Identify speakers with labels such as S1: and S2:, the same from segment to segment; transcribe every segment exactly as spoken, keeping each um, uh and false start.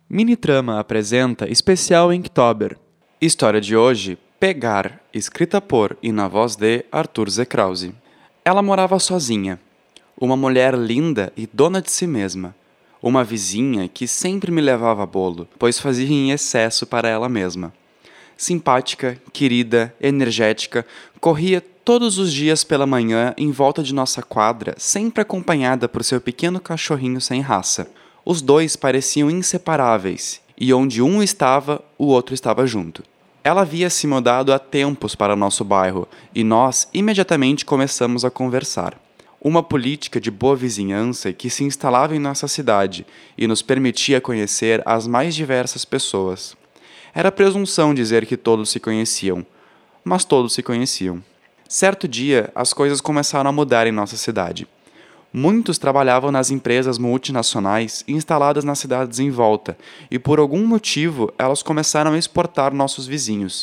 S1: Minitrama apresenta especial Inktober. História de hoje, Pegar, escrita por e na voz de Arthur Z. Krause. Ela morava sozinha. Uma mulher linda e dona de si mesma. Uma vizinha que sempre me levava bolo, pois fazia em excesso para ela mesma. Simpática, querida, energética, corria todos os dias pela manhã em volta de nossa quadra, sempre acompanhada por seu pequeno cachorrinho sem raça. Os dois pareciam inseparáveis, e onde um estava, o outro estava junto. Ela havia se mudado há tempos para nosso bairro, e nós imediatamente começamos a conversar. Uma política de boa vizinhança que se instalava em nossa cidade e nos permitia conhecer as mais diversas pessoas. Era presunção dizer que todos se conheciam, mas todos se conheciam. Certo dia, as coisas começaram a mudar em nossa cidade. Muitos trabalhavam nas empresas multinacionais instaladas nas cidades em volta, e por algum motivo elas começaram a exportar nossos vizinhos.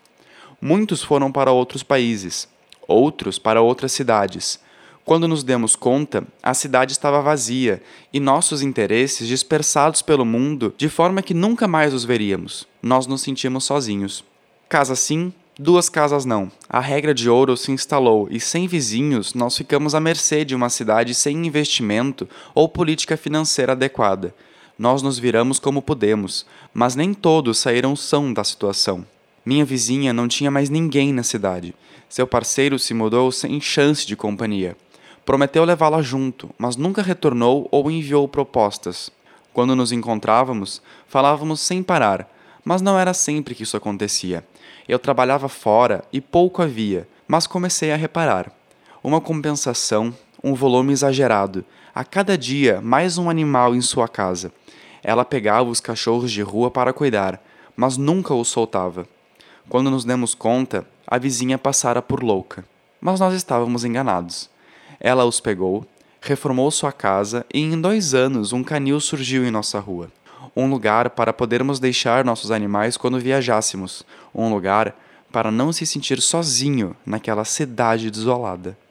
S1: Muitos foram para outros países, outros para outras cidades. Quando nos demos conta, a cidade estava vazia e nossos interesses dispersados pelo mundo de forma que nunca mais os veríamos. Nós nos sentimos sozinhos. Casa sim, duas casas não. A regra de ouro se instalou e sem vizinhos nós ficamos à mercê de uma cidade sem investimento ou política financeira adequada. Nós nos viramos como pudemos, mas nem todos saíram são da situação. Minha vizinha não tinha mais ninguém na cidade. Seu parceiro se mudou sem chance de companhia. Prometeu levá-la junto, mas nunca retornou ou enviou propostas. Quando nos encontrávamos, falávamos sem parar, mas não era sempre que isso acontecia. Eu trabalhava fora e pouco havia, mas comecei a reparar. Uma compensação, um volume exagerado. A cada dia, mais um animal em sua casa. Ela pegava os cachorros de rua para cuidar, mas nunca os soltava. Quando nos demos conta, a vizinha passara por louca. Mas nós estávamos enganados. Ela os pegou, reformou sua casa e em dois anos um canil surgiu em nossa rua. Um lugar para podermos deixar nossos animais quando viajássemos. Um lugar para não se sentir sozinho naquela cidade desolada.